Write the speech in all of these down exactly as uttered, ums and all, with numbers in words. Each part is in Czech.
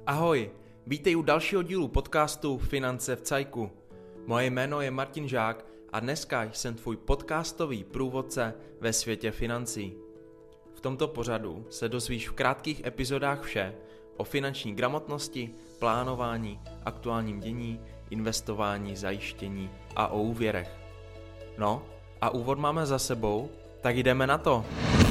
Ahoj, vítej u dalšího dílu podcastu Finance v cajku. Moje jméno je Martin Žák a dneska jsem tvůj podcastový průvodce ve světě financí. V tomto pořadu se dozvíš v krátkých epizodách vše o finanční gramotnosti, plánování, aktuálním dění, investování, zajištění a o úvěrech. No a úvod máme za sebou, tak jdeme na to.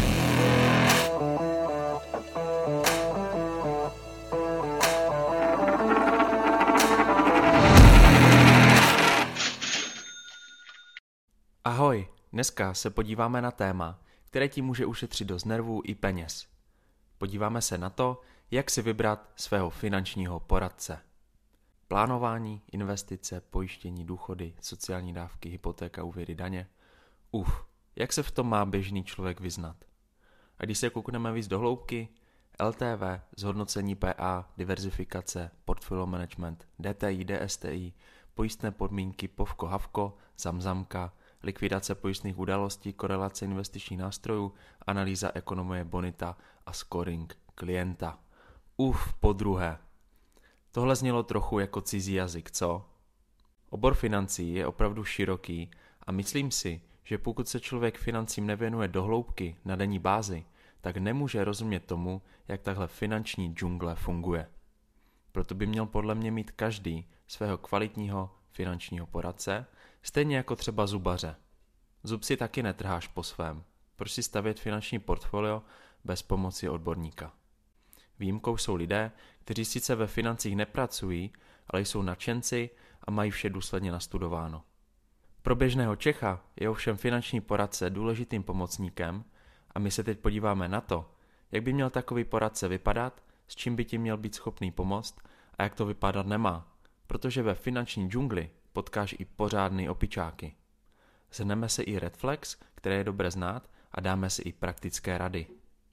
Ahoj, dneska se podíváme na téma, které ti může ušetřit dost nervů i peněz. Podíváme se na to, jak si vybrat svého finančního poradce. Plánování, investice, pojištění, důchody, sociální dávky, hypotéka, úvěry, daně. Uf, jak se v tom má běžný člověk vyznat? A když se koukneme víc do hloubky, L T V, zhodnocení P A, diverzifikace, portfolio management, D T I, D S T I, pojistné podmínky, povko, havko, zamzamka, likvidace pojistných událostí, korelace investičních nástrojů, analýza ekonomie, bonita a scoring klienta. Uf, podruhé. Tohle znělo trochu jako cizí jazyk, co? Obor financí je opravdu široký a myslím si, že pokud se člověk financím nevěnuje do hloubky na denní bázi, tak nemůže rozumět tomu, jak tahle finanční džungle funguje. Proto by měl podle mě mít každý svého kvalitního finančního poradce, stejně jako třeba zubaře. Zub si taky netrháš po svém. Proč si stavět finanční portfolio bez pomoci odborníka? Výjimkou jsou lidé, kteří sice ve financích nepracují, ale jsou nadšenci a mají vše důsledně nastudováno. Pro běžného Čecha je ovšem finanční poradce důležitým pomocníkem a my se teď podíváme na to, jak by měl takový poradce vypadat, s čím by ti měl být schopný pomoct a jak to vypadat nemá, protože ve finanční džungli potkáš i pořádný opičáky. Zhrneme se i red flags, které je dobré znát, a dáme si i praktické rady.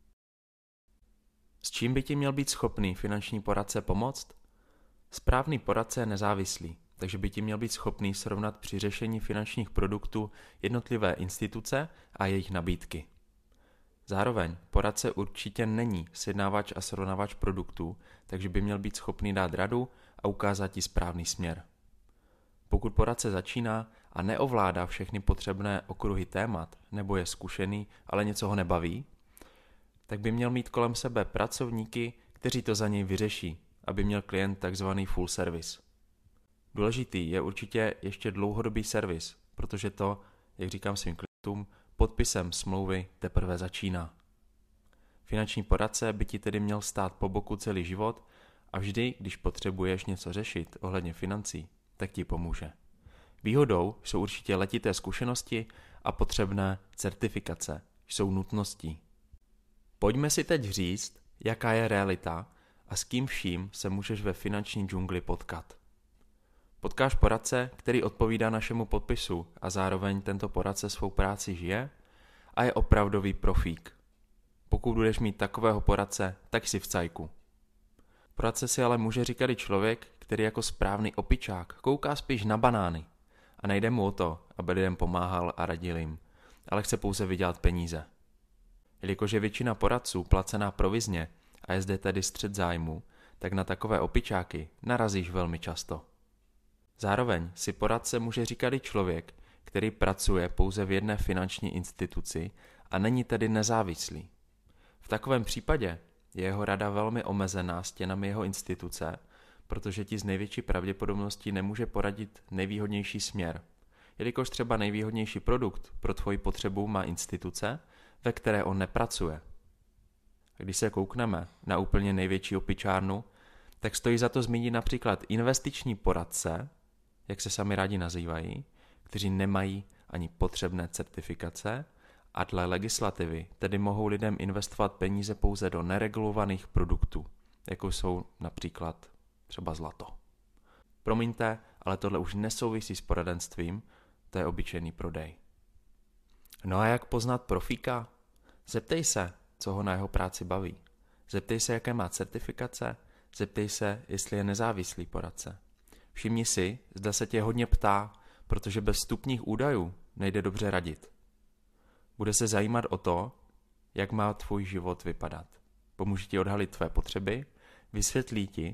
S čím by ti měl být schopný finanční poradce pomoct? Správný poradce je nezávislý, takže by ti měl být schopný srovnat při řešení finančních produktů jednotlivé instituce a jejich nabídky. Zároveň poradce určitě není sjednávač a srovnávač produktů, takže by měl být schopný dát radu a ukázat ti správný směr. Pokud poradce začíná a neovládá všechny potřebné okruhy témat, nebo je zkušený, ale něco ho nebaví, tak by měl mít kolem sebe pracovníky, kteří to za něj vyřeší, aby měl klient takzvaný full service. Důležitý je určitě ještě dlouhodobý servis, protože to, jak říkám svým klientům, podpisem smlouvy teprve začíná. Finanční poradce by ti tedy měl stát po boku celý život a vždy, když potřebuješ něco řešit ohledně financí, tak ti pomůže. Výhodou jsou určitě letité zkušenosti a potřebné certifikace, jsou nutností. Pojďme si teď říct, jaká je realita a s kým vším se můžeš ve finanční džungli potkat. Potkáš poradce, který odpovídá našemu podpisu a zároveň tento poradce svou práci žije a je opravdový profík. Pokud budeš mít takového poradce, tak si v cajku. Poradce si ale může říkat i člověk, který jako správný opičák kouká spíš na banány a nejde mu o to, aby lidem pomáhal a radil jim, ale chce pouze vydělat peníze. Jelikož je většina poradců placená provizně a je zde tedy střet zájmu, tak na takové opičáky narazíš velmi často. Zároveň si poradce může říkat i člověk, který pracuje pouze v jedné finanční instituci a není tedy nezávislý. V takovém případě je jeho rada velmi omezená stěnami jeho instituce, protože ti z největší pravděpodobností nemůže poradit nejvýhodnější směr, jelikož třeba nejvýhodnější produkt pro tvoji potřebu má instituce, ve které on nepracuje. A když se koukneme na úplně největší opičárnu, tak stojí za to zmínit například investiční poradce, jak se sami rádi nazývají, kteří nemají ani potřebné certifikace a dle legislativy tedy mohou lidem investovat peníze pouze do neregulovaných produktů, jako jsou například třeba zlato. Promiňte, ale tohle už nesouvisí s poradenstvím, to je obyčejný prodej. No a jak poznat profíka? Zeptej se, co ho na jeho práci baví. Zeptej se, jaké má certifikace, zeptej se, jestli je nezávislý poradce. Všimni si, zda se tě hodně ptá, protože bez vstupních údajů nejde dobře radit. Bude se zajímat o to, jak má tvůj život vypadat. Pomůže ti odhalit tvé potřeby, vysvětlí ti,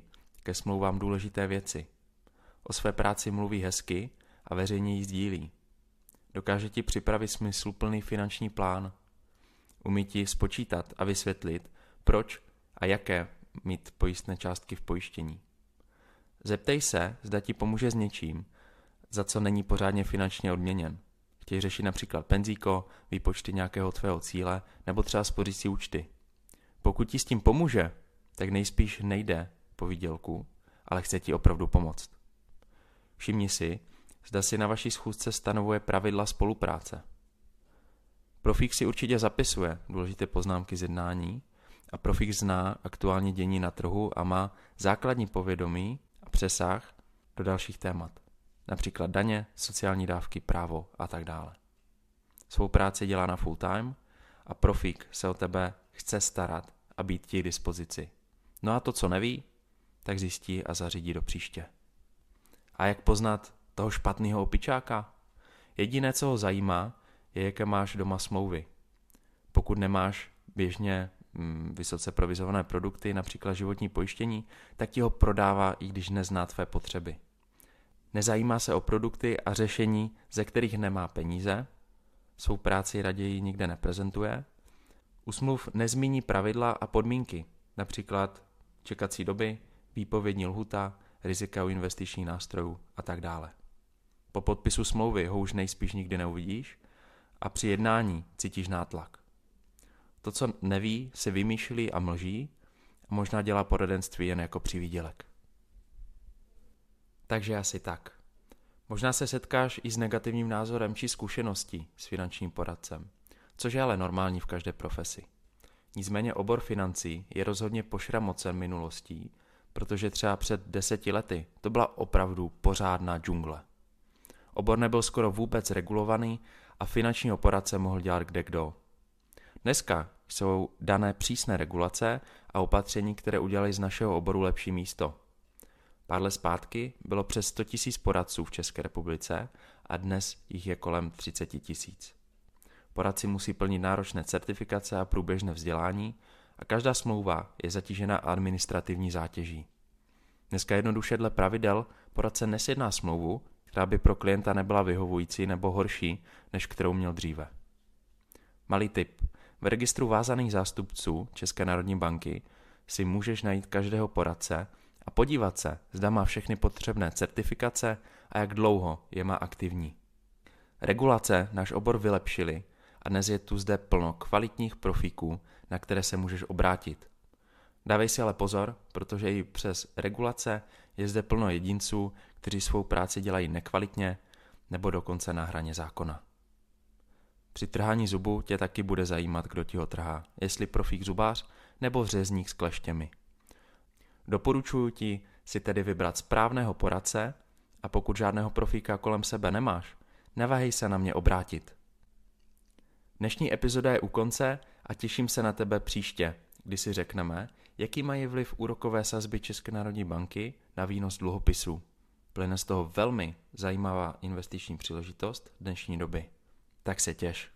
ke smlouvám důležité věci. O své práci mluví hezky a veřejně ji sdílí. Dokáže ti připravit smysluplný finanční plán. Umí ti spočítat a vysvětlit, proč a jaké mít pojistné částky v pojištění. Zeptej se, zda ti pomůže s něčím, za co není pořádně finančně odměněn. Chtějí řešit například penzíko, výpočty nějakého tvého cíle nebo třeba spořící účty. Pokud ti s tím pomůže, tak nejspíš nejde po výdělku, ale chce ti opravdu pomoct. Všimni si, zda si na vaší schůzce stanovuje pravidla spolupráce. Profík si určitě zapisuje důležité poznámky z jednání a profík zná aktuální dění na trhu a má základní povědomí a přesah do dalších témat. Například daně, sociální dávky, právo a tak dále. Svou práci dělá na full time a profík se o tebe chce starat a být ti k dispozici. No a to, co neví, tak zjistí a zařídí do příště. A jak poznat toho špatného opičáka? Jediné, co ho zajímá, je, jaké máš doma smlouvy. Pokud nemáš běžně mm, vysoce provizované produkty, například životní pojištění, tak ti ho prodává, i když nezná tvé potřeby. Nezajímá se o produkty a řešení, ze kterých nemá peníze, svou práci raději nikde neprezentuje, u smluv nezmíní pravidla a podmínky, například čekací doby, výpovědní lhuta, rizika u investičních nástrojů a tak dále. Po podpisu smlouvy ho už nejspíš nikdy neuvidíš a při jednání cítíš nátlak. To, co neví, si vymýšlí a mlží a možná dělá poradenství jen jako přivídělek. Takže asi tak. Možná se setkáš i s negativním názorem či zkušeností s finančním poradcem, což je ale normální v každé profesi. Nicméně obor financí je rozhodně pošramocen minulostí, protože třeba před deseti lety to byla opravdu pořádná džungle. Obor nebyl skoro vůbec regulovaný a finančního poradce mohl dělat kdekdo. Dneska jsou dané přísné regulace a opatření, které udělaly z našeho oboru lepší místo. Pár let zpátky bylo přes sto tisíc poradců v České republice a dnes jich je kolem třicet tisíc. Poradci musí plnit náročné certifikace a průběžné vzdělání a každá smlouva je zatížena administrativní zátěží. Dneska jednoduše dle pravidel poradce nesjedná smlouvu, která by pro klienta nebyla vyhovující nebo horší, než kterou měl dříve. Malý tip. V registru vázaných zástupců České národní banky si můžeš najít každého poradce a podívat se, zda má všechny potřebné certifikace a jak dlouho je má aktivní. Regulace náš obor vylepšily a dnes je tu zde plno kvalitních profíků, na které se můžeš obrátit. Dávej si ale pozor, protože i přes regulace je zde plno jedinců, kteří svou práci dělají nekvalitně nebo dokonce na hraně zákona. Při trhání zubu tě taky bude zajímat, kdo ti ho trhá, jestli profík zubář nebo řezník s kleštěmi. Doporučuji ti si tedy vybrat správného poradce a pokud žádného profíka kolem sebe nemáš, neváhej se na mě obrátit. Dnešní epizoda je u konce a těším se na tebe příště, kdy si řekneme, jaký mají vliv úrokové sazby České národní banky na výnos dluhopisů. Plyne z toho velmi zajímavá investiční příležitost dnešní doby. Tak se těš.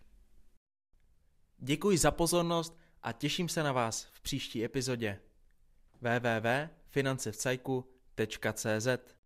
Děkuji za pozornost a těším se na vás v příští epizodě. w w w tečka finance v cajku tečka cé zet